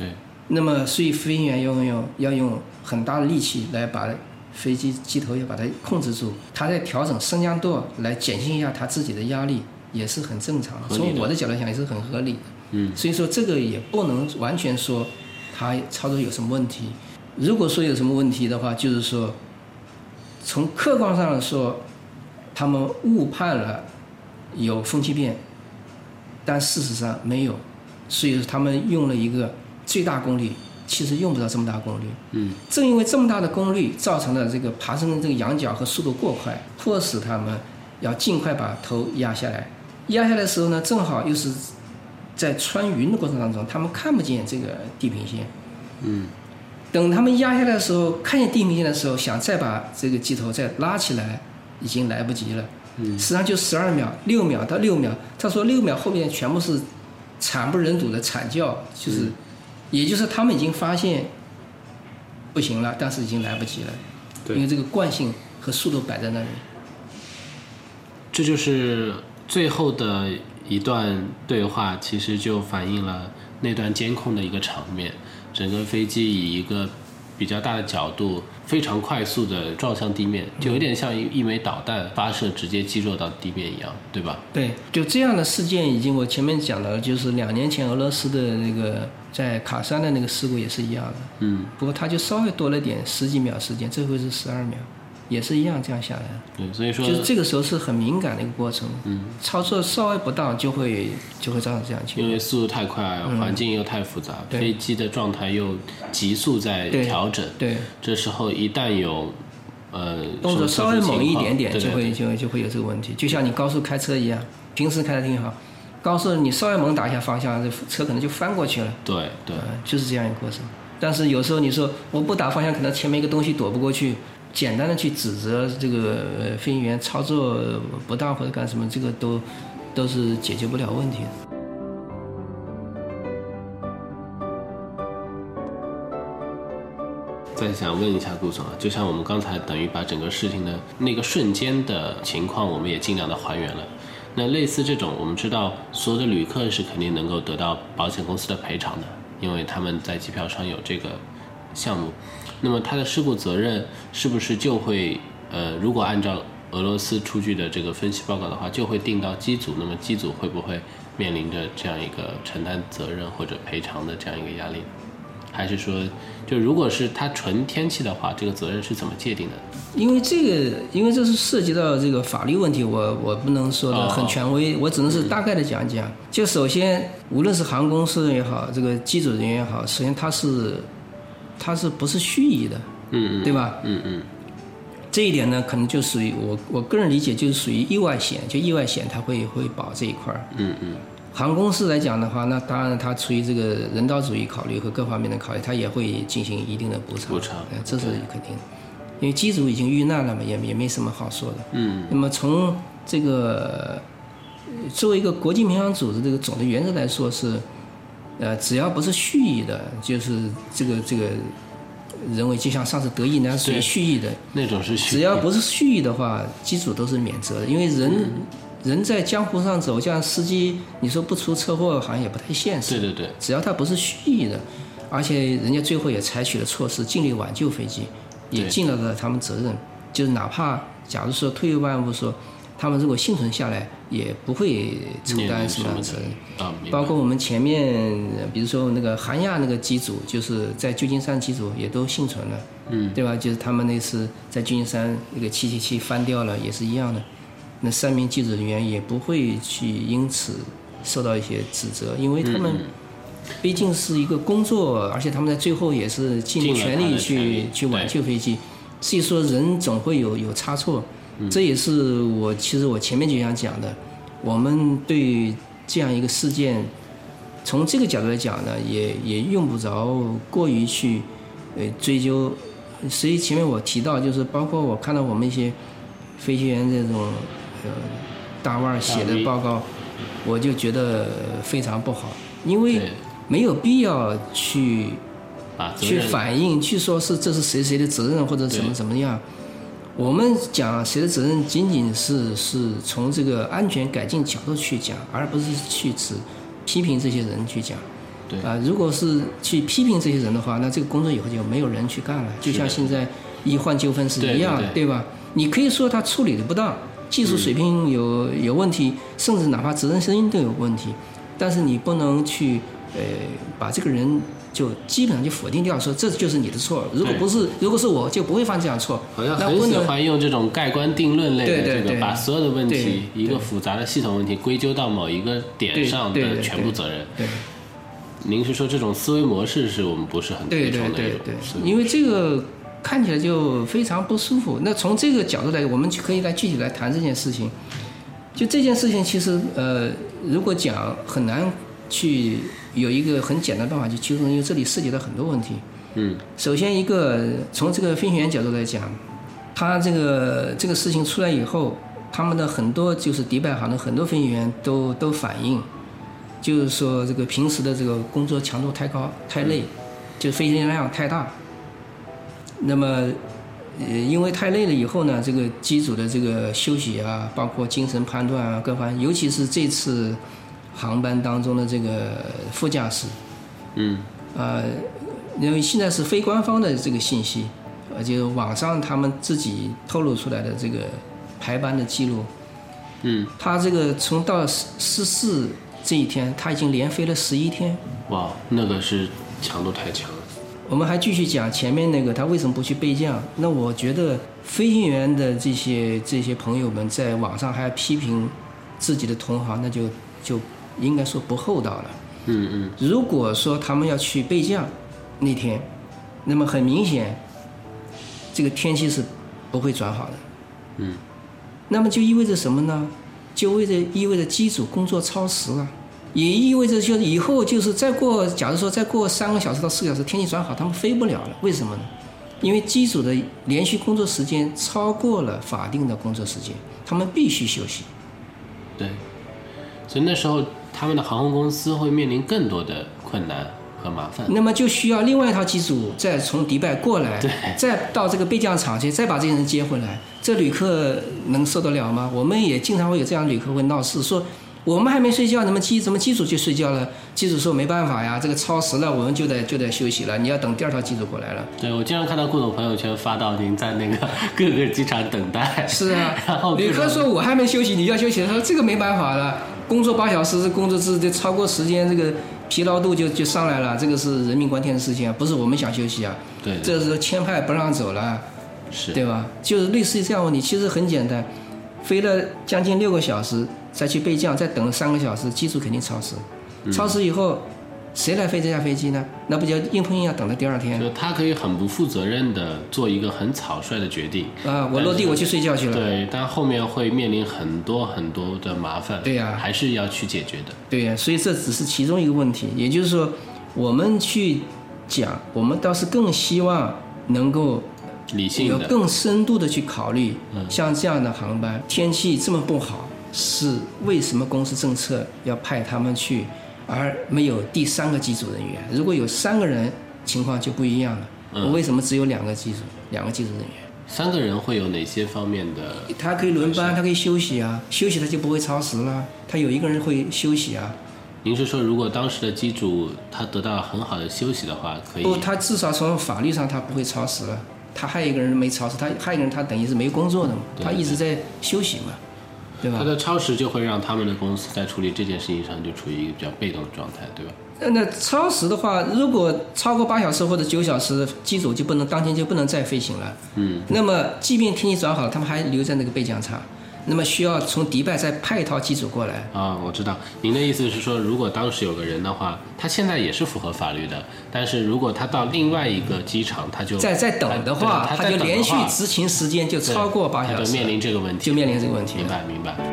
那么所以飞行员要用要用很大的力气来把飞机机头要把它控制住，他在调整升降舵来减轻一下他自己的压力，也是很正常的。从我的角度讲也是很合理的。 嗯， 所以说这个也不能完全说他操作有什么问题。如果说有什么问题的话，就是说从客观上说，他们误判了有风气变，但事实上没有，所以他们用了一个最大功率，其实用不到这么大功率。 嗯， 正因为这么大的功率造成了这个爬升的这个仰角和速度过快，迫使他们要尽快把头压下来。压下来的时候呢，正好又是在穿云的过程当中，他们看不见这个地平线。 嗯， 等他们压下来的时候，看见地平线的时候，想再把这个机头再拉起来，已经来不及了。 嗯， 实际上就十二秒，六秒到六秒。他说六秒后面全部是惨不忍睹的惨叫，就是， 嗯、 也就是他们已经发现不行了，但是已经来不及了，因为这个惯性和速度摆在那里。 这就是最后的一段对话，其实就反映了那段监控的一个场面。整个飞机以一个比较大的角度，非常快速的撞向地面，就有点像一枚导弹发射直接击落到地面一样，对吧？ 对，就这样的事件已经我前面讲了，就是两年前俄罗斯的那个在卡山的那个事故也是一样的。 嗯， 不过它就稍微多了点，十几秒时间，这回是十二秒。也是一样这样下来。 对，所以说就是这个时候是很敏感的一个过程， 嗯， 操作稍微不当就会就会造成这样情况。 因为速度太快，环境又太复杂， 嗯、 飞机的状态又急速在调整， 对，对这时候一旦有呃动作稍微猛一点点， 对对对就会就就会有这个问题。就像你高速开车一样，平时开的挺好，高速你稍微猛打一下方向，这车可能就翻过去了。 对对、 呃，就是这样一个过程。但是有时候你说我不打方向，可能前面一个东西躲不过去。简单的去指责这个飞行员操作不当或者干什么，这个都都是解决不了问题的。 再想问一下顾总啊，就像我们刚才等于把整个事情的那个瞬间的情况，我们也尽量的还原了。那类似这种，我们知道所有的旅客是肯定能够得到保险公司的赔偿的，因为他们在机票上有这个项目。那么它的事故责任是不是就会呃，如果按照俄罗斯出具的这个分析报告的话，就会定到机组？那么机组会不会面临着这样一个承担责任或者赔偿的这样一个压力？还是说，就如果是它纯天气的话，这个责任是怎么界定的？ 因为这个，因为这是涉及到这个法律问题，我我不能说的很权威，哦、我只能是大概的讲讲。嗯、就首先，无论是航空公司也好，这个机组人员也好，首先它是。它是不是蓄意的？ 嗯嗯， 对吧？ 嗯嗯， 这一点呢，可能就属于我我个人理解，就是属于意外险，就意外险它会会保这一块。 嗯嗯， 航空公司来讲的话，那当然它出于这个人道主义考虑和各方面的考虑，它也会进行一定的补偿。 补偿， 这是肯定的，因为机组已经遇难了嘛，也也没什么好说的。 嗯， 那么从这个作为一个国际民航组织这个总的原则来说是。呃，只要不是蓄意的，就是这个这个人为，就像上次德意那属于蓄意的那种是蓄意。 只要不是蓄意的话，机组都是免责的，因为人、嗯、人在江湖上走，像司机，你说不出车祸好像也不太现实。 对对对。 只要他不是蓄意的，而且人家最后也采取了措施，尽力挽救飞机，也尽了他们责任。就是哪怕假如说退一万步说。他们如果幸存下来，也不会承担什么责任。 啊， 包括我们前面，比如说那个韩亚那个机组，就是在旧金山机组也都幸存了， 嗯， 对吧？就是他们那次在旧金山那个七七七翻掉了，也是一样的。那三名机组人员也不会去因此受到一些指责，因为他们毕竟是一个工作，而且他们在最后也是尽全力去去挽救飞机。所以说，人总会有有差错。这也是我其实我前面就想讲的，我们对这样一个事件，从这个角度来讲呢，也也用不着过于去呃追究。所以前面我提到，就是包括我看到我们一些飞行员这种呃大腕写的报告，我就觉得非常不好，因为没有必要去去反映，去说是这是谁谁的责任或者怎么怎么样。我们讲谁的责任，仅仅是是从这个安全改进角度去讲，而不是去指批评这些人去讲。 对啊、如果是去批评这些人的话，那这个工作以后就没有人去干了，就像现在医患纠纷是一样的， 对对对对吧？你可以说他处理的不当，技术水平有、嗯、有问题，甚至哪怕责任声音都有问题，但是你不能去呃把这个人就基本上就否定掉，说这就是你的错。如果不是，如果是我就不会犯这样错。 好像很喜欢用这种盖棺定论类的这个， 对对对把所有的问题一个复杂的系统问题归咎到某一个点上的全部责任。 对对对对对， 您是说这种思维模式是我们不是很推崇的一种？ 对对对对，因为这个看起来就非常不舒服。那从这个角度来，我们就可以来具体来谈这件事情。就这件事情，其实呃，如果讲很难去有一个很简单的办法去纠正，因为这里涉及到很多问题。 嗯， 首先一个从这个飞行员角度来讲，他这个这个事情出来以后，他们的很多就是迪拜航的很多飞行员都都反映，就是说这个平时的这个工作强度太高太累，就飞行量太大。那么呃，因为太累了以后呢，这个机组的这个休息啊，包括精神判断啊，各方面，尤其是这次航班当中的这个副驾驶， 嗯， 呃，因为现在是非官方的这个信息，呃，就是网上他们自己透露出来的这个排班的记录， 嗯， 他这个从到十四这一天，他已经连飞了十一天。 哇，那个是强度太强了。 我们还继续讲前面那个他为什么不去备降？那我觉得飞行员的这些这些朋友们在网上还批评自己的同行，那就就应该说不厚道了。 嗯嗯。 如果说他们要去备降那天，那么很明显，这个天气是不会转好的。 嗯。 那么就意味着什么呢？就意味着意味着机组工作超时了。也意味着就是以后就是再过，假如说再过三个小时到四个小时，天气转好，他们飞不了了。为什么呢？因为机组的连续工作时间超过了法定的工作时间，他们必须休息。 对，所以那时候他们的航空公司会面临更多的困难和麻烦。 那么就需要另外一套机组再从迪拜过来，再到这个备降场去，再把这些人接回来。这旅客能受得了吗？我们也经常会有这样的旅客会闹事，说我们还没睡觉，怎么机怎么机组就睡觉了？机组说没办法呀，这个超时了，我们就得就得休息了。你要等第二套机组过来了。 对，我经常看到顾总朋友圈发到您在那个各个机场等待。 是啊， 然后旅客说我还没休息，你要休息，他说这个没办法了，工作八小时，工作制就超过时间，这个疲劳度就就上来了，这个是人命关天的事情啊，不是我们想休息啊。 对， 这是签派不让走了， 是， 对吧？就是类似于这样的问题，其实很简单，飞了将近六个小时。再去备降，再等三个小时，机组肯定超时。超时以后，谁来飞这架飞机呢？那不就硬碰硬要等到第二天？ 就他可以很不负责任的做一个很草率的决定啊！我落地我去睡觉去了。 对，但后面会面临很多很多的麻烦。 对呀、啊， 还是要去解决的。 对呀、啊，所以这只是其中一个问题。也就是说，我们去讲，我们倒是更希望能够理性的、 有更深度的去考虑， 嗯、 像这样的航班，天气这么不好。是为什么公司政策要派他们去，而没有第三个机组人员？如果有三个人，情况就不一样了。嗯、我为什么只有两个机组，两个机组人员？ 三个人会有哪些方面的？ 他可以轮班，他可以休息啊，休息他就不会超时了。他有一个人会休息啊。 您是说，如果当时的机组他得到很好的休息的话，可以？ 不，他至少从法律上他不会超时了。他还有一个人没超时，他还有一个人他等于是没工作的嘛，他一直在休息嘛。对吧？ 它的超时就会让他们的公司在处理这件事情上就处于一个比较被动的状态，对吧？ 那超时的话，如果超过八小时或者九小时，机组就不能当天就不能再飞行了。 嗯。 那么，即便天气转好，他们还留在那个备降场，那么需要从迪拜再派一套机组过来。 啊，我知道。您的意思是说，如果当时有个人的话，他现在也是符合法律的，但是如果他到另外一个机场，他就再再等的话， 他他就连续执勤时间就超过八小时， 他就面临这个问题， 就面临这个问题。 明白，明白。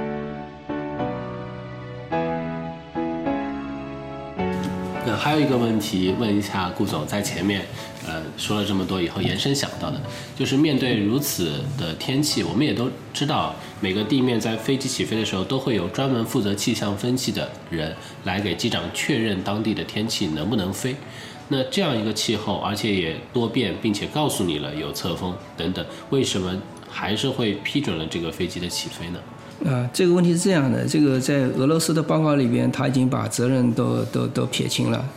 那还有一个问题，问一下顾总，在前面，呃，说了这么多以后，延伸想到的，就是面对如此的天气，我们也都知道，每个地面在飞机起飞的时候，都会有专门负责气象分析的人来给机长确认当地的天气能不能飞。那这样一个气候，而且也多变，并且告诉你了有侧风等等，为什么还是会批准了这个飞机的起飞呢？ 啊，这个问题是这样的，这个在俄罗斯的报告里边，他已经把责任都都都撇清了。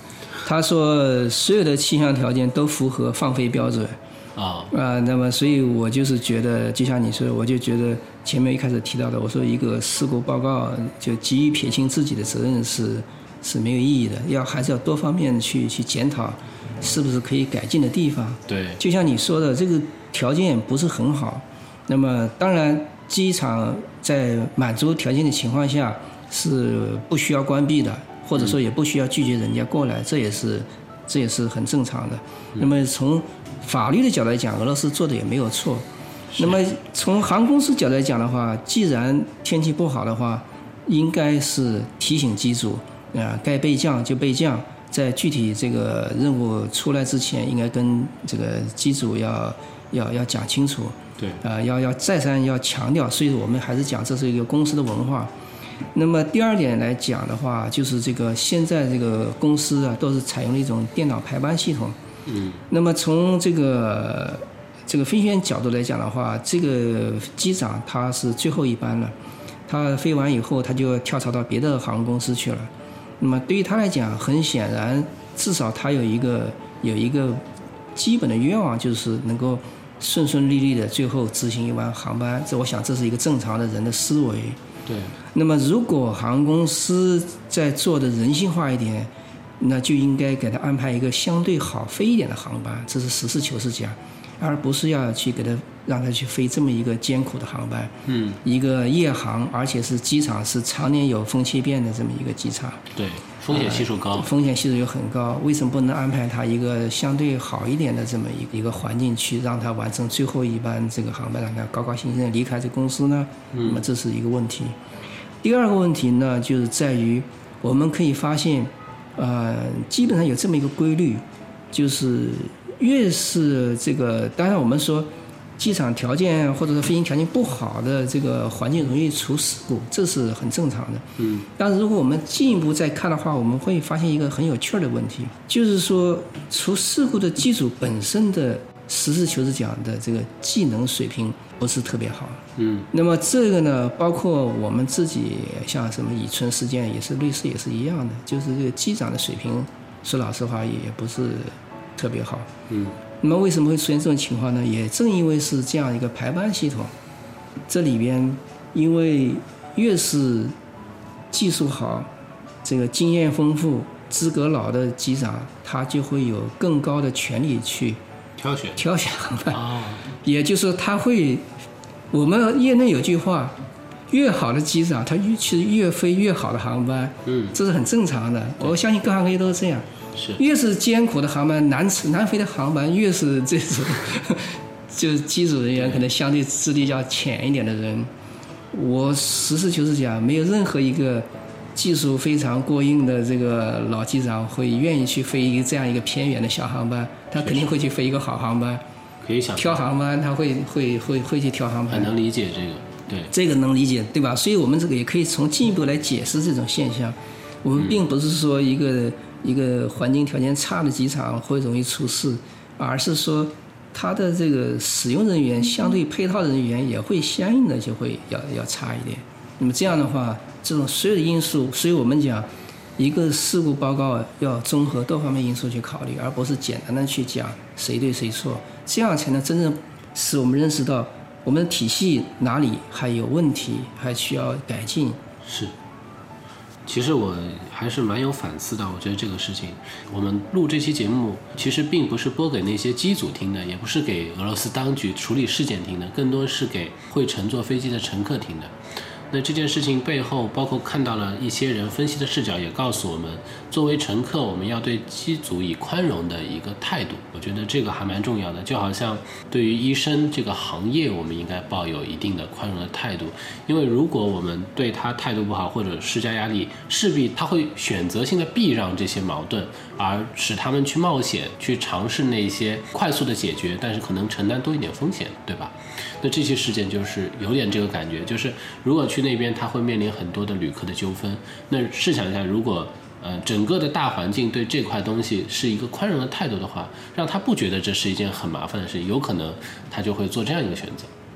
他说所有的气象条件都符合放飞标准。 啊、 哦、啊，那么所以我就是觉得，就像你说，我就觉得前面一开始提到的，我说一个事故报告就急于撇清自己的责任是是没有意义的，要还是要多方面去去检讨，是不是可以改进的地方。 对， 就像你说的，这个条件不是很好，那么当然机场在满足条件的情况下是不需要关闭的，或者说也不需要拒绝人家过来，这也是这也是很正常的。那么从法律的角度来讲，俄罗斯做的也没有错。那么从航空公司角度来讲的话，既然天气不好的话，应该是提醒机组啊，该备降就备降，在具体这个任务出来之前，应该跟这个机组要要要讲清楚。 对， 啊、呃，要要再三要强调，所以我们还是讲这是一个公司的文化。那么第二点来讲的话，就是这个现在这个公司啊，都是采用了一种电脑排班系统。 嗯， 那么从这个这个飞行员角度来讲的话，这个机长他是最后一班了，他飞完以后他就跳槽到别的航空公司去了。那么对于他来讲，很显然，至少他有一个有一个基本的愿望，就是能够顺顺利利的最后执行一班航班。这我想这是一个正常的人的思维。 对。 那么如果航空公司在做的人性化一点，那就应该给他安排一个相对好飞一点的航班，这是实事求是讲，而不是要去给他让他去飞这么一个艰苦的航班。 嗯， 一个夜航，而且是机场是常年有风切变的这么一个机场。 对，风险系数高， 呃、风险系数又很高，为什么不能安排他一个相对好一点的这么一个环境，去让他完成最后一班这个航班，让他高高兴兴的离开这公司呢？ 嗯， 那么这是一个问题。第二个问题呢，就是在于我们可以发现。呃，基本上有这么一个规律，就是越是这个，当然我们说机场条件或者说飞行条件不好的这个环境容易出事故，这是很正常的。 嗯， 但是如果我们进一步再看的话，我们会发现一个很有趣的问题，就是说出事故的机组本身的实事求是讲的这个技能水平不是特别好。 嗯， 那么这个呢，包括我们自己，像什么以春事件也是类似，也是一样的，就是这个机长的水平，说老实话也不是特别好。 嗯， 那么为什么会出现这种情况呢？也正因为是这样一个排班系统，这里边因为越是技术好、这个经验丰富、资格老的机长，他就会有更高的权利去挑选挑选航班。 哦， 也就是说他会。我们业内有句话，越好的机长，他其实越飞越好的航班， 嗯， 这是很正常的。我相信各行各业都是这样。 是， 越是艰苦的航班、难难飞的航班，越是这种，就是机组人员可能相对资历较浅一点的人。我实事求是讲，没有任何一个技术非常过硬的这个老机长会愿意去飞一个这样一个偏远的小航班，他肯定会去飞一个好航班。 可以想挑航班，他会会会会去挑航班， 很能理解这个，对， 这个能理解，对吧？所以我们这个也可以从进一步来解释这种现象。我们并不是说一个、嗯、一个环境条件差的机场会容易出事，而是说它的这个使用人员相对配套人员也会相应的就会要要差一点。那么这样的话，这种所有的因素，所以我们讲一个事故报告要综合多方面因素去考虑，而不是简单的去讲谁对谁错，这样才能真正使我们认识到我们的体系哪里还有问题，还需要改进。 是，其实我还是蛮有反思的。我觉得这个事情，我们录这期节目其实并不是播给那些机组听的，也不是给俄罗斯当局处理事件听的，更多是给会乘坐飞机的乘客听的。那这件事情背后，包括看到了一些人分析的视角，也告诉我们，作为乘客，我们要对机组以宽容的一个态度。我觉得这个还蛮重要的。就好像对于医生这个行业，我们应该抱有一定的宽容的态度，因为如果我们对他态度不好或者施加压力，势必他会选择性的避让这些矛盾，而使他们去冒险，去尝试那些快速的解决，但是可能承担多一点风险，对吧？那这些事件就是有点这个感觉，就是如果去那边，他会面临很多的旅客的纠纷。那试想一下，如果呃整个的大环境对这块东西是一个宽容的态度的话，让他不觉得这是一件很麻烦的事情，有可能他就会做这样一个选择。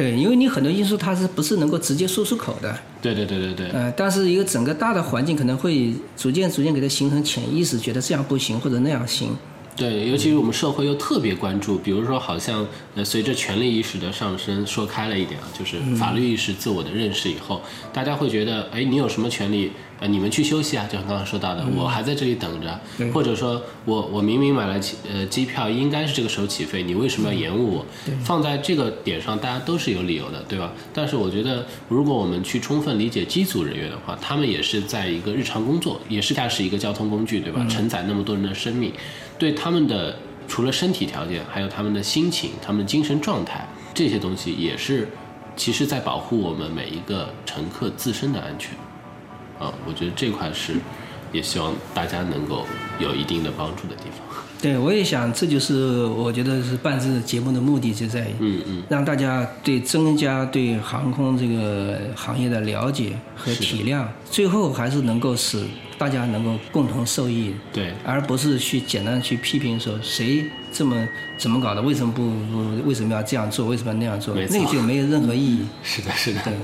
对，因为你很多因素它是不是能够直接说出口的？ 对对对对对。 呃，但是一个整个大的环境可能会逐渐逐渐给它形成潜意识，觉得这样不行或者那样行。 对，尤其是我们社会又特别关注，比如说好像呃随着权力意识的上升，说开了一点啊，就是法律意识自我的认识以后，嗯、大家会觉得，哎，你有什么权利？呃，你们去休息啊，就像刚刚说到的，嗯、我还在这里等着，或者说我我明明买了呃机票，应该是这个时候起飞，你为什么要延误我？放在这个点上，大家都是有理由的，对吧？但是我觉得，如果我们去充分理解机组人员的话，他们也是在一个日常工作，也是驾驶一个交通工具，对吧？嗯、承载那么多人的生命。对他们的除了身体条件，还有他们的心情、他们的精神状态，这些东西也是其实在保护我们每一个乘客自身的安全啊。我觉得这块是也希望大家能够有一定的帮助的地方。 对，我也想，这就是我觉得是办这个节目的目的，就在于嗯嗯， 让大家对增加对航空这个行业的了解和体谅，最后还是能够使大家能够共同受益。 对， 而不是去简单去批评说谁这么怎么搞的，为什么不不为什么要这样做，为什么要那样做，那就没有任何意义。 是的，是的。 对。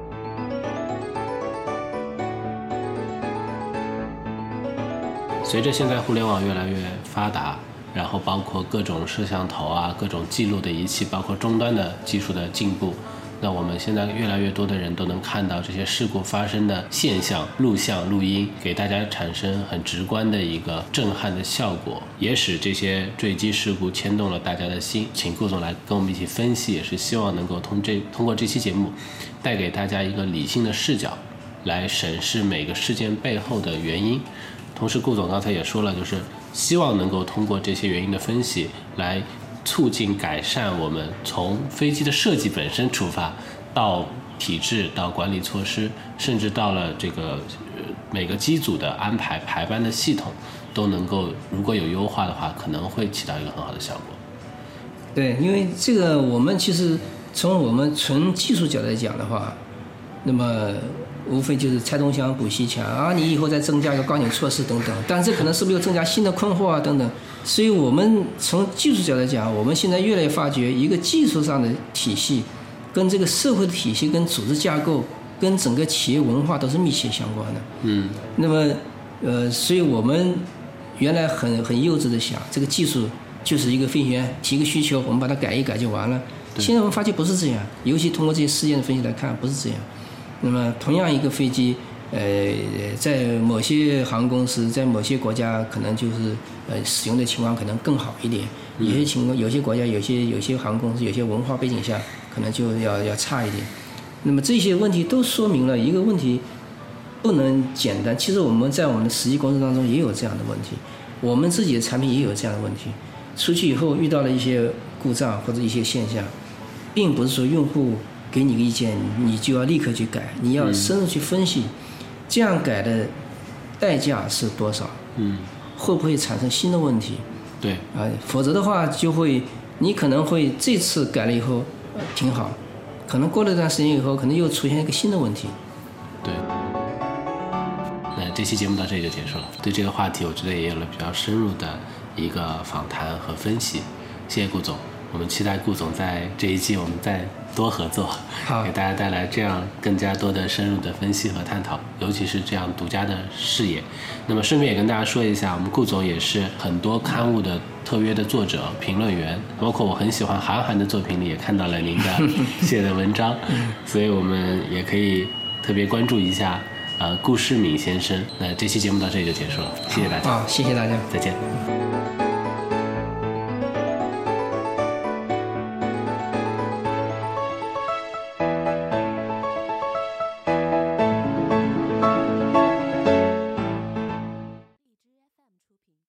随着现在互联网越来越发达，然后包括各种摄像头啊、各种记录的仪器，包括终端的技术的进步，那我们现在越来越多的人都能看到这些事故发生的现象，录像、录音，给大家产生很直观的一个震撼的效果，也使这些坠机事故牵动了大家的心。请顾总来跟我们一起分析，也是希望能够通这通过这期节目，带给大家一个理性的视角，来审视每个事件背后的原因。同时顾总刚才也说了，就是希望能够通过这些原因的分析来促进改善我们从飞机的设计本身出发，到体制，到管理措施，甚至到了这个每个机组的安排排班的系统，都能够如果有优化的话，可能会起到一个很好的效果。 对，因为这个我们其实从我们纯技术角度来讲的话，那么无非就是拆东墙补西墙啊，你以后再增加一个纲领措施等等，但这可能是不是又增加新的困惑啊等等。所以我们从技术角度来讲，我们现在越来越发觉，一个技术上的体系跟这个社会的体系、跟组织架构、跟整个企业文化都是密切相关的。 嗯， 那么呃，所以我们原来很很幼稚的想，这个技术就是一个飞行员提个需求，我们把它改一改就完了。现在我们发觉不是这样，尤其通过这些事件的分析来看，不是这样。那么同样一个飞机，呃，在某些航空公司，在某些国家可能就是呃使用的情况可能更好一点，有些情况，有些国家，有些有些航空公司，有些文化背景下可能就要要差一点。那么这些问题都说明了一个问题，不能简单。其实我们在我们的实际工作当中也有这样的问题，我们自己的产品也有这样的问题。出去以后遇到了一些故障或者一些现象，并不是说用户给你个意见，你就要立刻去改，你要深入去分析，嗯、这样改的代价是多少？ 嗯， 会不会产生新的问题？ 对啊，否则的话就会，你可能会这次改了以后、呃、挺好，可能过了一段时间以后，可能又出现一个新的问题。 对。那这期节目到这里就结束了。对这个话题，我觉得也有了比较深入的一个访谈和分析。谢谢顾总，我们期待顾总在这一季我们再多合作，给大家带来这样更加多的深入的分析和探讨，尤其是这样独家的视野。那么顺便也跟大家说一下，我们顾总也是很多刊物的特约的作者、评论员，包括我很喜欢韩寒的作品里也看到了您的写的文章，所以我们也可以特别关注一下呃顾世敏先生。那这期节目到这里就结束了，谢谢大家。 好，谢谢大家， 再见。